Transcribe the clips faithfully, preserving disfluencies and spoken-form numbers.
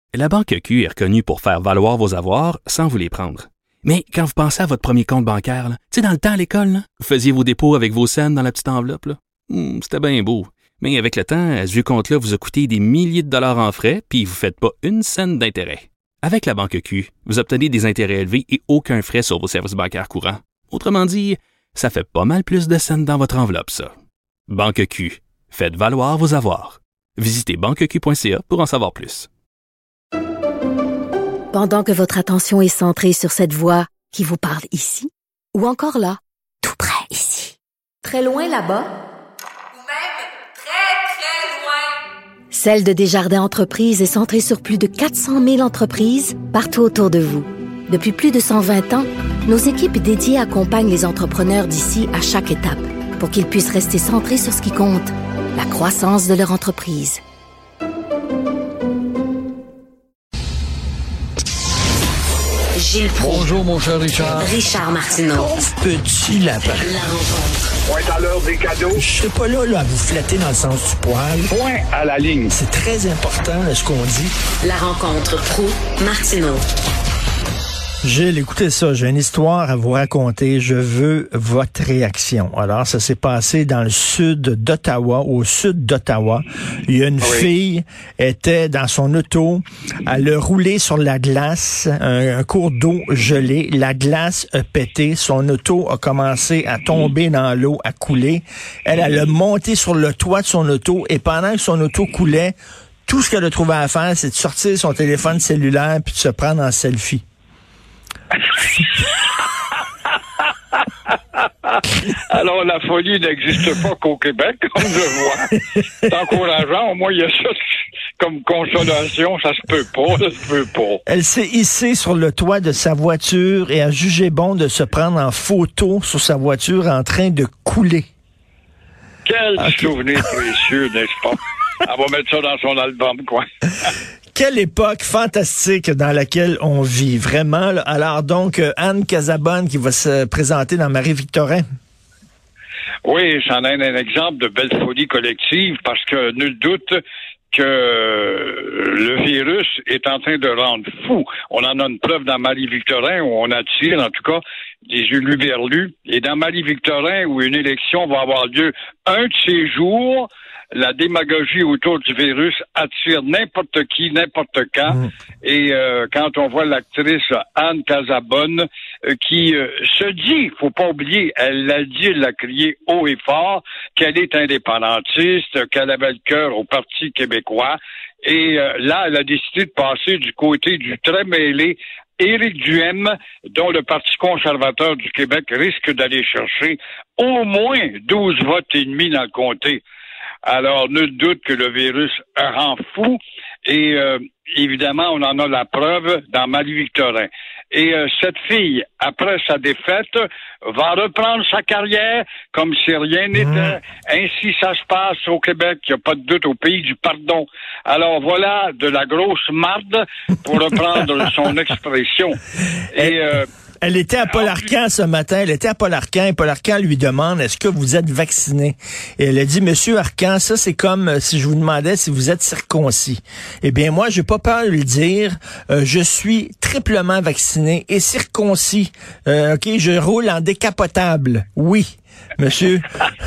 La Banque Q est reconnue pour faire valoir vos avoirs sans vous les prendre. Mais quand vous pensez à votre premier compte bancaire, tu sais, dans le temps à l'école, là, vous faisiez vos dépôts avec vos scènes dans la petite enveloppe. Là. Hum, c'était bien beau. Mais avec le temps, à ce vieux compte-là vous a coûté des milliers de dollars en frais, puis vous ne faites pas une scène d'intérêt. Avec la Banque Q, vous obtenez des intérêts élevés et aucun frais sur vos services bancaires courants. Autrement dit, ça fait pas mal plus de scènes dans votre enveloppe, ça. Banque Q. Faites valoir vos avoirs. Visitez banque q point c a pour en savoir plus. Pendant que votre attention est centrée sur cette voix qui vous parle ici, ou encore là, tout près ici, très loin là-bas, ou même très, très loin, Celle de Desjardins Entreprises est centrée sur plus de quatre cent mille entreprises partout autour de vous. Depuis plus de cent vingt ans, nos équipes dédiées accompagnent les entrepreneurs d'ici à chaque étape pour qu'ils puissent rester centrés sur ce qui compte, la croissance de leur entreprise. Gilles Proulx. Bonjour, mon cher Richard. Richard Martineau. Petit lapin. La rencontre. Point à l'heure des cadeaux. Je suis pas là, là à vous flatter dans le sens du poil. Point à la ligne. C'est très important, là, ce qu'on dit. La rencontre Proulx-Martineau. Gilles, écoutez ça, j'ai une histoire à vous raconter. Je veux votre réaction. Alors, ça s'est passé dans le sud d'Ottawa, au sud d'Ottawa. Il y a une oui. fille, était dans son auto, elle a roulé sur la glace, un, un cours d'eau gelé. La glace a pété, son auto a commencé à tomber dans l'eau, à couler. Elle, elle a monté sur le toit de son auto et pendant que son auto coulait, tout ce qu'elle a trouvé à faire, c'est de sortir son téléphone cellulaire puis de se prendre en selfie. Alors, la folie n'existe pas qu'au Québec, comme je vois. C'est encourageant. Au moins, il y a ça comme consolation. Ça se peut pas, ça se peut pas. Elle s'est hissée sur le toit de sa voiture et a jugé bon de se prendre en photo sur sa voiture en train de couler. Quel okay. souvenir précieux, n'est-ce pas? Elle va mettre ça dans son album, quoi. Quelle époque fantastique dans laquelle on vit, vraiment. Là. Alors donc, Anne Casabonne qui va se présenter dans Marie-Victorin. Oui, c'en est un exemple de belle folie collective parce que nul doute que le virus est en train de rendre fou. On en a une preuve dans Marie-Victorin où on attire, en tout cas, des huluberlus. Et dans Marie-Victorin où une élection va avoir lieu un de ces jours, la démagogie autour du virus attire n'importe qui, n'importe quand. Mmh. Et euh, quand on voit l'actrice Anne Casabonne euh, qui euh, se dit, faut pas oublier, elle l'a dit, elle l'a crié haut et fort, qu'elle est indépendantiste, qu'elle avait le cœur au Parti québécois. Et euh, là, elle a décidé de passer du côté du très mêlé Éric Duhaime, dont le Parti conservateur du Québec risque d'aller chercher au moins douze votes et demi dans le comté. Alors, nul doute que le virus rend fou et euh, évidemment, on en a la preuve dans Marie-Victorin. Et euh, cette fille, après sa défaite, va reprendre sa carrière comme si rien n'était. Mmh. Ainsi, ça se passe au Québec, il n'y a pas de doute, au pays du pardon. Alors voilà de la grosse marde, pour reprendre son expression. Et... Euh, Elle était à Paul Arcand ce matin, elle était à Paul Arcand et Paul Arcand lui demande, est-ce que vous êtes vacciné? Et elle a dit, Monsieur Arcand, ça c'est comme si je vous demandais si vous êtes circoncis. Eh bien moi, j'ai pas peur de le dire, euh, je suis triplement vacciné et circoncis. Euh, ok, je roule en décapotable, oui. Monsieur,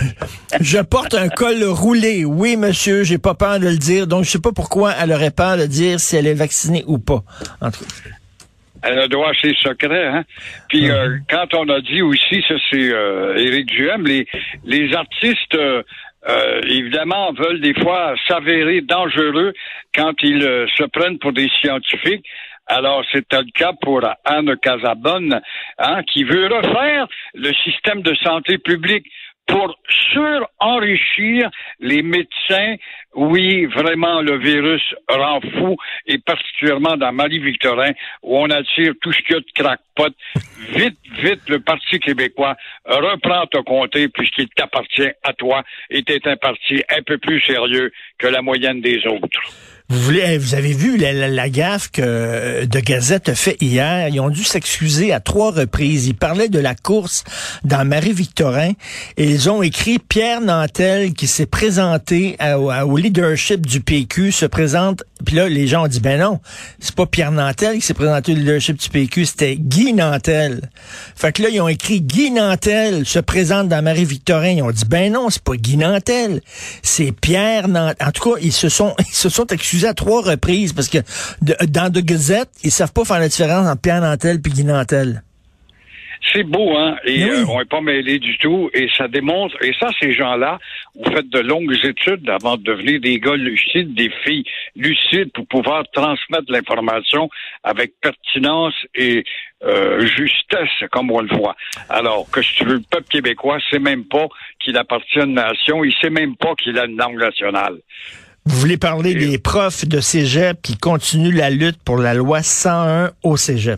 je porte un col roulé. Oui, monsieur, j'ai pas peur de le dire. Donc, je sais pas pourquoi elle aurait peur de dire si elle est vaccinée ou pas. Entre Elle a droit à ses secrets, hein. Puis euh, mm-hmm. quand on a dit aussi, ça c'est euh, Éric Duhaime, les les artistes euh, euh, évidemment veulent des fois s'avérer dangereux quand ils euh, se prennent pour des scientifiques. Alors, c'était le cas pour Anne Casabonne, hein, qui veut refaire le système de santé publique pour surenrichir les médecins. Oui, vraiment, le virus rend fou, et particulièrement dans Marie-Victorin, où on attire tout ce qu'il y a de crackpot. Vite, vite, le Parti québécois reprend ton comté puisqu'il t'appartient à toi et t'es un parti un peu plus sérieux que la moyenne des autres. Vous voulez, vous avez vu la, la, la gaffe que de Gazette a fait hier. Ils ont dû s'excuser à trois reprises. Ils parlaient de la course dans Marie-Victorin et ils ont écrit Pierre Nantel qui s'est présenté à, à, au leadership du P Q se présente. Puis là, les gens ont dit ben non, c'est pas Pierre Nantel qui s'est présenté au leadership du P Q, c'était Guy Nantel. Fait que là, ils ont écrit Guy Nantel se présente dans Marie-Victorin. Ils ont dit ben non, c'est pas Guy Nantel, c'est Pierre Nantel. En tout cas, ils se sont ils se sont excusés à trois reprises parce que de, dans The Gazette, ils savent pas faire la différence entre Pierre Nantel et Guy Nantel. C'est beau, hein? Et oui. euh, on n'est pas mêlés du tout. Et ça démontre, et ça, ces gens-là ont fait de longues études avant de devenir des gars lucides, des filles lucides pour pouvoir transmettre l'information avec pertinence et euh, justesse, comme on le voit. Alors, que si tu veux, le peuple québécois sait même pas qu'il appartient à une nation, il sait même pas qu'il a une langue nationale. Vous voulez parler des profs de cégep qui continuent la lutte pour la loi cent un au cégep?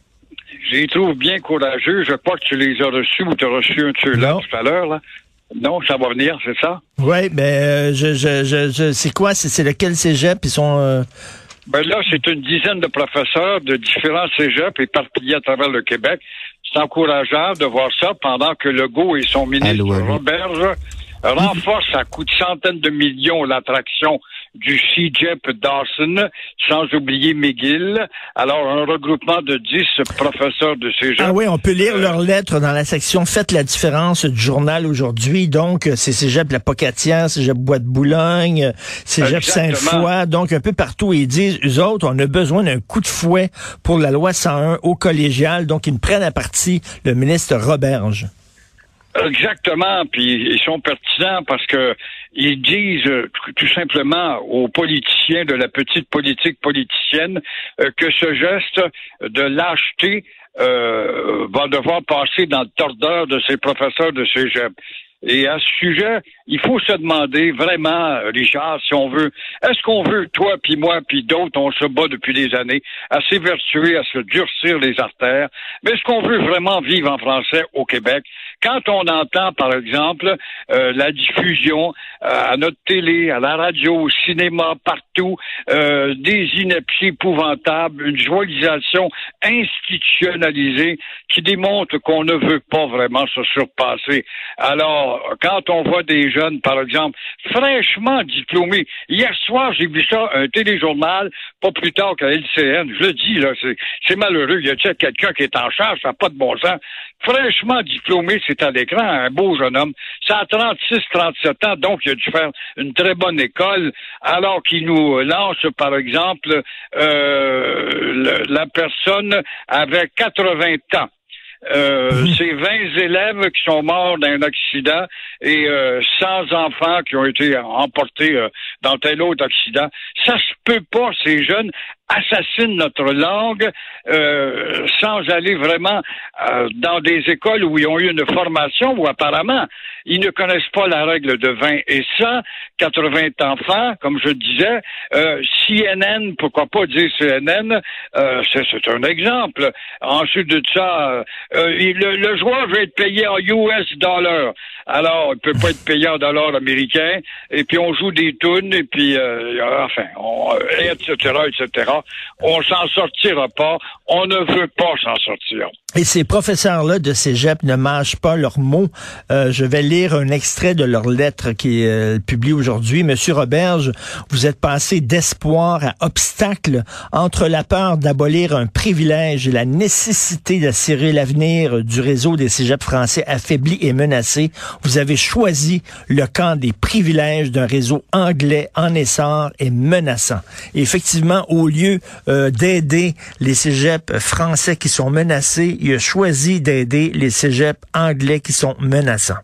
Je les trouve bien courageux. Je crois que tu les as reçus ou tu as reçu un de ceux-là tout à l'heure. Là. Non, ça va venir, c'est ça? Oui, ben, euh, je, je, je, je, c'est quoi? C'est, c'est lequel cégep? Ils sont... Euh... Ben là, c'est une dizaine de professeurs de différents cégeps éparpillés à travers le Québec. C'est encourageant de voir ça pendant que Legault et son ministre allô, allô. Roberge renforcent à coups de centaines de millions l'attraction du cégep Dawson, sans oublier McGill. Alors, un regroupement de dix professeurs de cégep. Ah oui, on peut lire euh, leurs lettres dans la section « Faites la différence » du journal aujourd'hui. Donc, c'est cégep La Pocatière, cégep Bois de Boulogne, cégep Sainte-Foy. Donc, un peu partout, ils disent, eux autres, on a besoin d'un coup de fouet pour la loi cent un au collégial. Donc, ils me prennent à partie le ministre Roberge. Exactement, puis ils sont pertinents parce que ils disent euh, tout simplement aux politiciens de la petite politique politicienne euh, que ce geste de lâcheté euh, va devoir passer dans le tordeur de ces professeurs de cégep. Et à ce sujet, il faut se demander vraiment, Richard, si on veut, est-ce qu'on veut, toi, puis moi, puis d'autres, on se bat depuis des années, à s'évertuer, à se durcir les artères, mais est-ce qu'on veut vraiment vivre en français au Québec? Quand on entend, par exemple, euh, la diffusion euh, à notre télé, à la radio, au cinéma, partout, euh, des inepties épouvantables, une journalisation institutionnalisée qui démontre qu'on ne veut pas vraiment se surpasser. Alors, quand on voit des jeunes, par exemple, fraîchement diplômés, hier soir, j'ai vu ça, un téléjournal, pas plus tard qu'à L C N, je le dis, là, c'est, c'est malheureux, il y a quelqu'un qui est en charge, ça n'a pas de bon sens, fraîchement diplômé, c'est à l'écran, un beau jeune homme, ça a trente-six, trente-sept ans, donc il a dû faire une très bonne école, alors qu'il nous lance, par exemple, euh, le, la personne avait quatre-vingts ans. Euh, mmh. C'est vingt élèves qui sont morts d'un accident et euh, cent enfants qui ont été emportés euh, dans tel autre accident. Ça se peut pas, ces jeunes assassinent notre langue euh, sans aller vraiment euh, dans des écoles où ils ont eu une formation où apparemment ils ne connaissent pas la règle de vingt et cent, quatre-vingts enfants, comme je disais, euh, C N N, pourquoi pas dire C N N, euh, c'est, c'est un exemple. Ensuite de ça, euh, le, le joueur veut être payé en U S dollars. Alors, il peut pas être payé en dollars américains, et puis on joue des tunes, et puis, euh, enfin, on, et cetera, et cetera. On s'en sortira pas. On ne veut pas s'en sortir. Et ces professeurs-là de cégep ne mâchent pas leurs mots. Euh, je vais lire un extrait de leur lettre qui est euh, publiée aujourd'hui. Monsieur Roberge, vous êtes passé d'espoir à obstacle entre la peur d'abolir un privilège et la nécessité d'assurer l'avenir du réseau des cégeps français affaibli et menacé. Vous avez choisi le camp des privilèges d'un réseau anglais en essor et menaçant. Et effectivement, au lieu euh, d'aider les cégeps français qui sont menacés, il a choisi d'aider les cégeps anglais qui sont menaçants.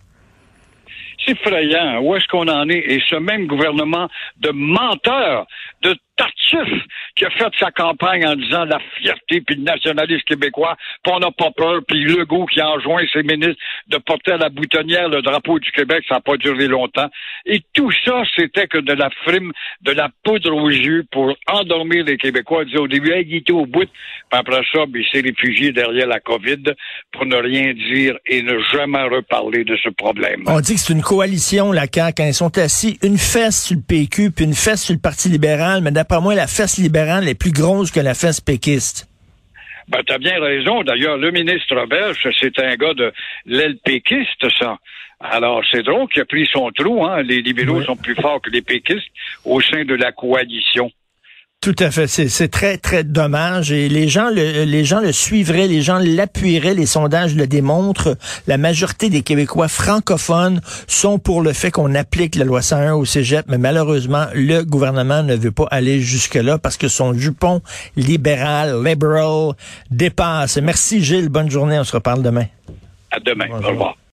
C'est effrayant. Où est-ce qu'on en est? Et ce même gouvernement de menteurs, de Tartuffe, qui a fait sa campagne en disant la fierté puis le nationalisme québécois, puis on n'a pas peur, puis Legault qui a enjoint ses ministres de porter à la boutonnière le drapeau du Québec, ça n'a pas duré longtemps. Et tout ça, c'était que de la frime, de la poudre aux yeux pour endormir les Québécois. Ils disaient au début, hey, il était au bout, puis après ça, ben, il s'est réfugié derrière la COVID pour ne rien dire et ne jamais reparler de ce problème. On dit que c'est une coalition, la C A Q, quand ils sont assis, une fesse sur le P Q, puis une fesse sur le Parti libéral, mais d'après d'après moi, la fesse libérale est plus grosse que la fesse péquiste. Ben, t'as bien raison. D'ailleurs, le ministre belge, c'est un gars de l'aile péquiste, ça. Alors, c'est drôle qu'il a pris son trou, hein. Les libéraux oui. sont plus forts que les péquistes au sein de la coalition. Tout à fait. C'est, c'est très, très dommage. Et les gens le, les gens le suivraient, les gens l'appuieraient. Les sondages le démontrent. La majorité des Québécois francophones sont pour le fait qu'on applique la loi cent un au cégep. Mais malheureusement, le gouvernement ne veut pas aller jusque-là parce que son jupon libéral, liberal, dépasse. Merci Gilles. Bonne journée. On se reparle demain. À demain. Bonjour. Au revoir.